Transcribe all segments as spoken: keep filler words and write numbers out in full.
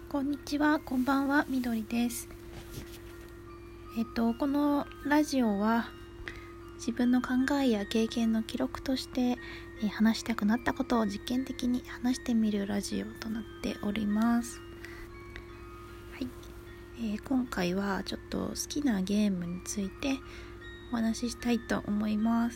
こんにちは、こんばんは、みどりです。えっと、このラジオは自分の考えや経験の記録として、えー話したくなったことを実験的に話してみるラジオとなっております。はい、えー今回はちょっと好きなゲームについてお話ししたいと思います。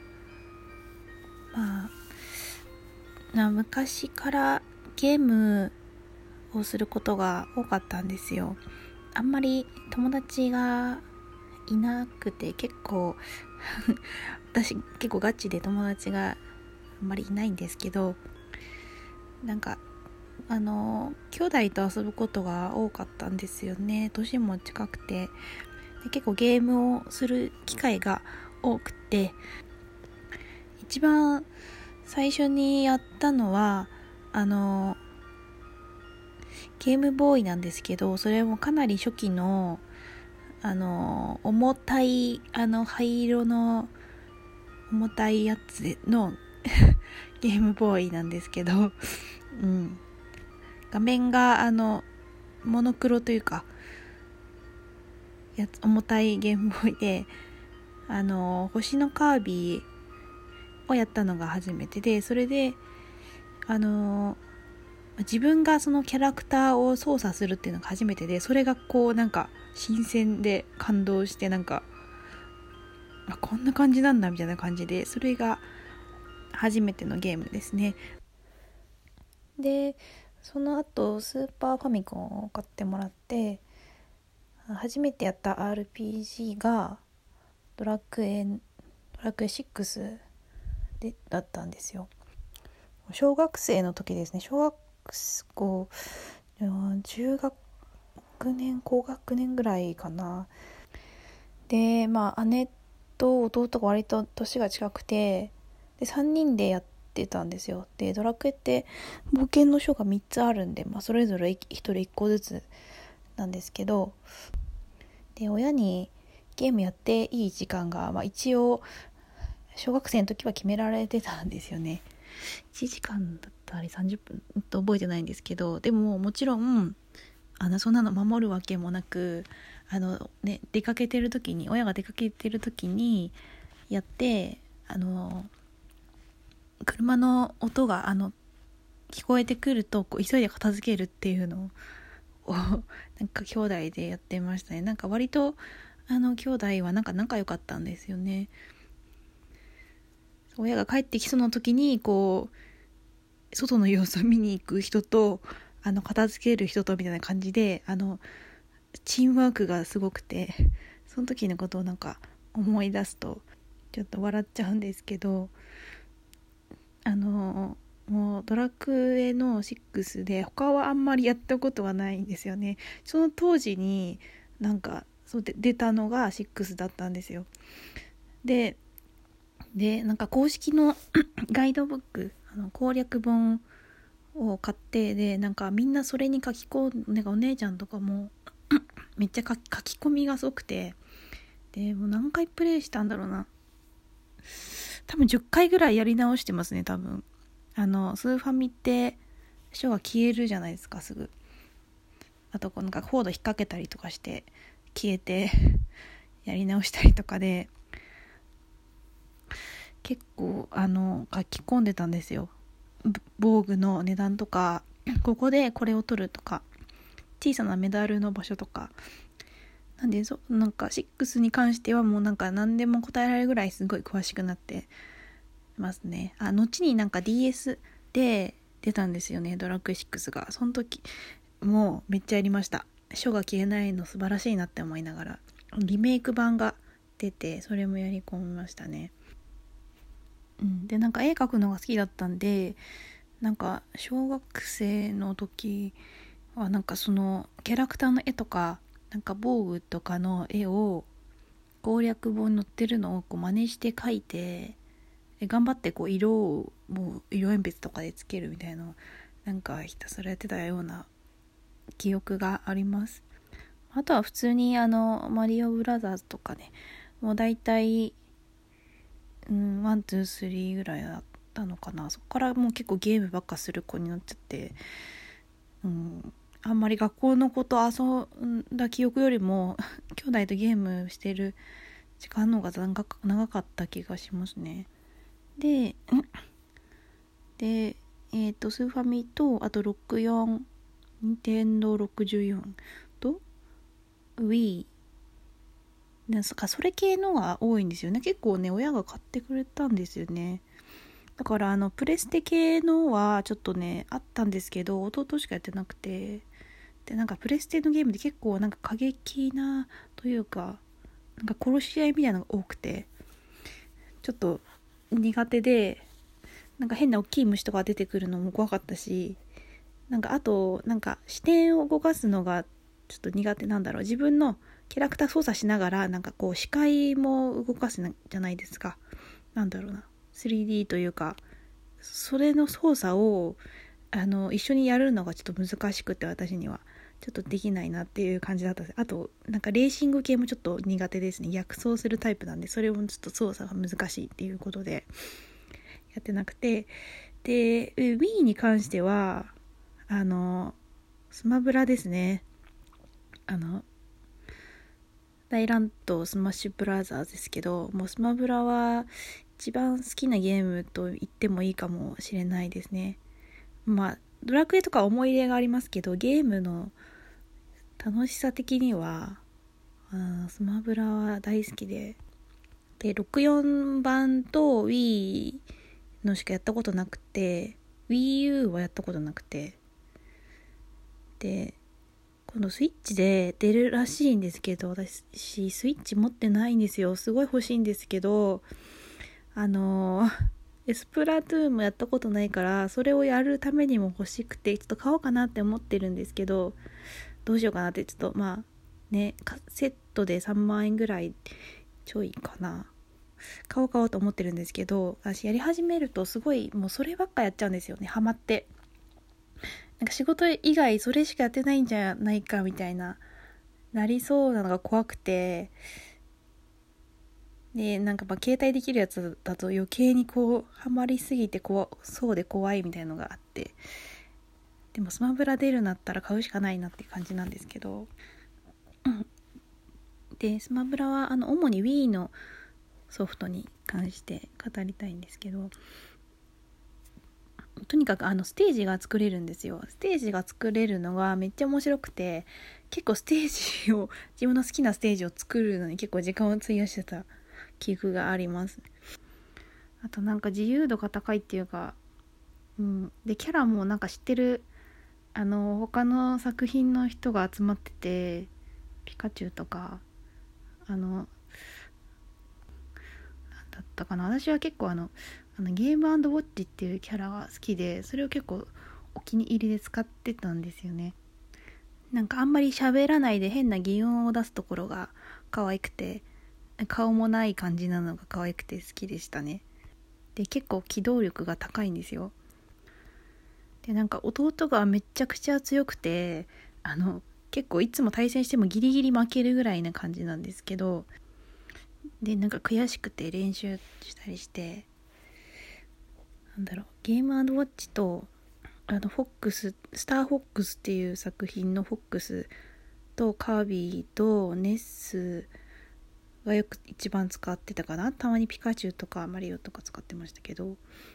まあ、な昔からゲームをすることが多かったんですよ。あんまり友達がいなくて、結構私結構ガチで友達があんまりいないんですけど、なんかあの兄弟と遊ぶことが多かったんですよね。年も近くて、で結構ゲームをする機会が多くて、一番最初にやったのはあのゲームボーイなんですけど、それもかなり初期のあの重たいあの灰色の重たいやつのゲームボーイなんですけど、うん、画面があのモノクロというかやつ重たいゲームボーイで、あの星のカービィをやったのが初めてで、それであの自分がそのキャラクターを操作するっていうのが初めてで、それがこうなんか新鮮で感動して、なんかあこんな感じなんだみたいな感じで、それが初めてのゲームですね。でその後スーパーファミコンを買ってもらって、初めてやった アールピージー がドラクエドラクエシックスでだったんですよ。小学生の時ですね。小学校中学年高学年ぐらいかな。でまあ姉と弟が割と年が近くて、でさんにんでやってたんですよ。でドラクエって冒険の書がみっつあるんで、まあ、それぞれひとりいっこずつなんですけど、で親にゲームやっていい時間が、まあ、一応小学生の時は決められてたんですよね。いちじかんだったりさんじゅっぷんと覚えてないんですけど、でももちろんあのそんなの守るわけもなく、あの、ね、出かけてる時に親が出かけてる時にやって、あの車の音があの聞こえてくるとこう急いで片付けるっていうのをなんか兄弟でやってましたね。なんか割とあの兄弟はなんか仲良かったんですよね。親が帰ってきそうな時にこう外の様子を見に行く人と、あの片付ける人とみたいな感じで、あのチームワークがすごくて、その時のことをなんか思い出すとちょっと笑っちゃうんですけど、あのもうドラクエのシックスで他はあんまりやったことはないんですよね。その当時になんかそうで出たのがシックスだったんですよ。ででなんか公式のガイドブック、あの攻略本を買って、でなんかみんなそれに書き込んで、お姉ちゃんとかもめっちゃ書き、書き込みがすごくて、でもう何回プレイしたんだろうな、多分じゅっかいぐらいやり直してますね。多分あのスーファミって書が消えるじゃないですか、すぐ。あとこうなんかコード引っ掛けたりとかして消えてやり直したりとかで、結構あの書き込んでたんですよ。防具の値段とか、ここでこれを取るとか、小さなメダルの場所とか。なんでそなんかシックスに関してはもうなんか何でも答えられるぐらいすごい詳しくなってますね。あ、後になんか ディーエス で出たんですよね、ドラクエシックスが。その時もうめっちゃやりました。書が消えないの素晴らしいなって思いながら、リメイク版が出てそれもやり込みましたね。うん、でなんか絵描くのが好きだったんで、なんか小学生の時はなんかそのキャラクターの絵とか、なんか防具とかの絵を攻略本に載ってるのをこう真似して描いて、で頑張ってこう色をもう色鉛筆とかでつけるみたいな、なんかひたすらやってたような記憶があります。あとは普通にあのマリオブラザーズとかね、もうだいたいうん、ワン、ツー、スリーぐらいだったのかな。そこからもう結構ゲームばっかする子になっちゃって、うん、 あんまり学校のこと遊んだ記憶よりも兄弟とゲームしてる時間の方が長か長かった気がしますね。ででえっ、とスーファミとあとろくじゅうよん、ニンテンドーろくじゅうよんと Wii なんかそれ系のが多いんですよね。結構ね親が買ってくれたんですよね。だからあのプレステ系のはちょっとねあったんですけど、弟しかやってなくて、でなんかプレステのゲームで結構なんか過激なというかなんか殺し合いみたいなのが多くてちょっと苦手で、なんか変な大きい虫とか出てくるのも怖かったし、なんかあとなんか視点を動かすのがちょっと苦手なんだろう。自分のキャラクター操作しながらなんかこう視界も動かすじゃないですか。なんだろうな スリーディー というかそれの操作をあの一緒にやるのがちょっと難しくて私にはちょっとできないなっていう感じだったんです。あとなんかレーシング系もちょっと苦手ですね。逆走するタイプなんでそれもちょっと操作が難しいっていうことでやってなくて、で Wii に関してはあのスマブラですね。あの大乱闘スマッシュブラザーズですけど、もうスマブラは一番好きなゲームと言ってもいいかもしれないですね。まあドラクエとか思い入れがありますけど、ゲームの楽しさ的にはあスマブラは大好きで、でろくじゅうよんばんと Wii のしかやったことなくて WiiU はやったことなくて、で今度スイッチで出るらしいんですけど、私スイッチ持ってないんですよ。すごい欲しいんですけど、あのエスプラトゥーンもやったことないからそれをやるためにも欲しくてちょっと買おうかなって思ってるんですけど、どうしようかなって、ちょっとまあねセットでさんまんえんぐらいちょいかな、買おう買おうと思ってるんですけど、私やり始めるとすごいもうそればっかやっちゃうんですよね。ハマって、なんか仕事以外それしかやってないんじゃないかみたいななりそうなのが怖くて、でなんかまあ携帯できるやつだと余計にこうハマりすぎて怖そうで怖いみたいなのがあって、でもスマブラ出るなったら買うしかないなって感じなんですけど、でスマブラはあの主に Wii のソフトに関して語りたいんですけど、とにかくあのステージが作れるんですよ。ステージが作れるのがめっちゃ面白くて、結構ステージを自分の好きなステージを作るのに結構時間を費やしてた記憶があります。あとなんか自由度が高いっていうか、うん、でキャラもなんか知ってるあの他の作品の人が集まってて、ピカチュウとかあのなんだったかな、私は結構あのあのゲーム&ウォッチっていうキャラが好きで、それを結構お気に入りで使ってたんですよね。なんかあんまり喋らないで変な擬音を出すところが可愛くて、顔もない感じなのが可愛くて好きでしたね。で結構機動力が高いんですよ。でなんか弟がめちゃくちゃ強くて、あの結構いつも対戦してもギリギリ負けるぐらいな感じなんですけど、でなんか悔しくて練習したりして、なんだろうゲーム&ウォッチとあのフォックススターフォックスっていう作品のフォックスとカービィとネスがよく一番使ってたかな。たまにピカチュウとかマリオとか使ってましたけど、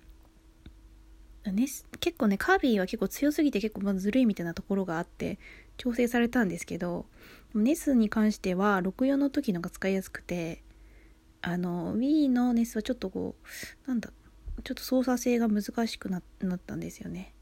ネス結構ねカービィは結構強すぎて結構まずずるいみたいなところがあって調整されたんですけど、ネスに関してはろくじゅうよんの時のが使いやすくて、あの Wii のネスはちょっとこうなんだちょっと操作性が難しく な, なったんですよね。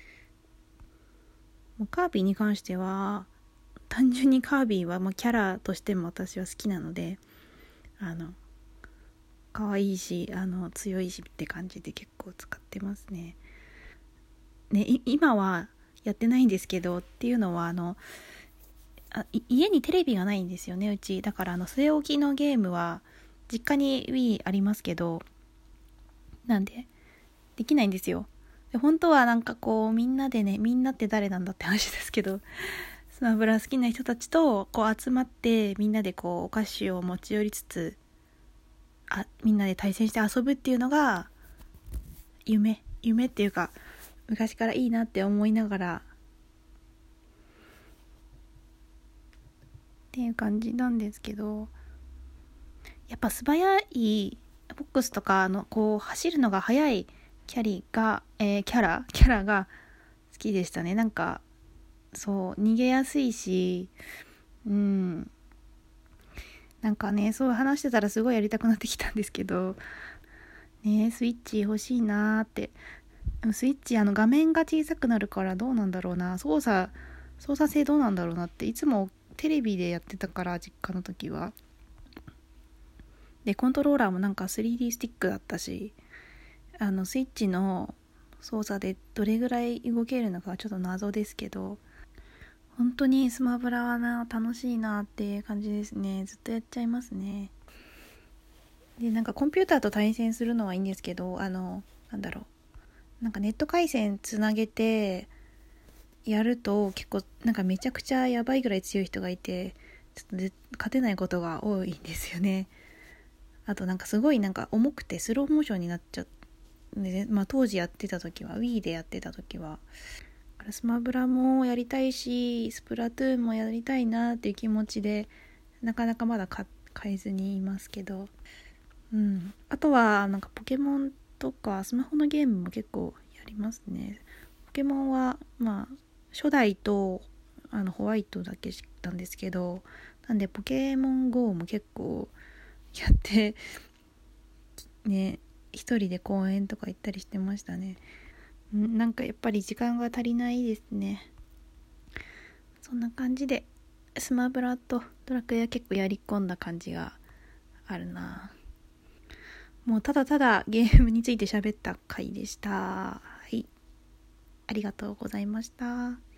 もうカービィに関しては単純にカービィはまあキャラとしても私は好きなので、あの可愛いしあの強いしって感じで結構使ってますね。ね今はやってないんですけど、っていうのはあのあ家にテレビがないんですよねうち。だからあの据え置きのゲームは実家に Wii ありますけど、なんでできないんですよ。で本当はなんかこうみんなでね、みんなって誰なんだって話ですけど、スマブラ好きな人たちとこう集まってみんなでこうお菓子を持ち寄りつつあみんなで対戦して遊ぶっていうのが夢夢っていうか昔からいいなって思いながらていう感じなんですけど、やっぱ素早いボックスとかのこう走るのが速いキャリが、えー、キャラキャラが好きでしたね。なんかそう逃げやすいし、うんなんかね、そう話してたらすごいやりたくなってきたんですけどね、スイッチ欲しいなーって。スイッチあの画面が小さくなるからどうなんだろうな、操作操作性どうなんだろうなって、いつもテレビでやってたから、実家の時は。でコントローラーもなんか スリーディー スティックだったし、あのスイッチの操作でどれぐらい動けるのかはちょっと謎ですけど、本当にスマブラはな楽しいなっていう感じですね。ずっとやっちゃいますね。でなんかコンピューターと対戦するのはいいんですけど、あのなんだろうなんかネット回線つなげてやると結構なんかめちゃくちゃやばいぐらい強い人がいて、ちょっとで勝てないことが多いんですよね。あとなんかすごいなんか重くてスローモーションになっちゃって、まあ、当時やってた時は Wii でやってた時はスマブラもやりたいし、スプラトゥーンもやりたいなっていう気持ちでなかなかまだ買えずにいますけど、うん、あとはなんかポケモンとかスマホのゲームも結構やりますね。ポケモンはまあ初代とあのホワイトだけ知ったんですけど、なんでポケモン ゴー も結構やってね、一人で公園とか行ったりしてましたね。なんかやっぱり時間が足りないですね。そんな感じでスマブラとドラクエは結構やり込んだ感じがあるな。もうただただゲームについて喋った回でした。はい、ありがとうございました。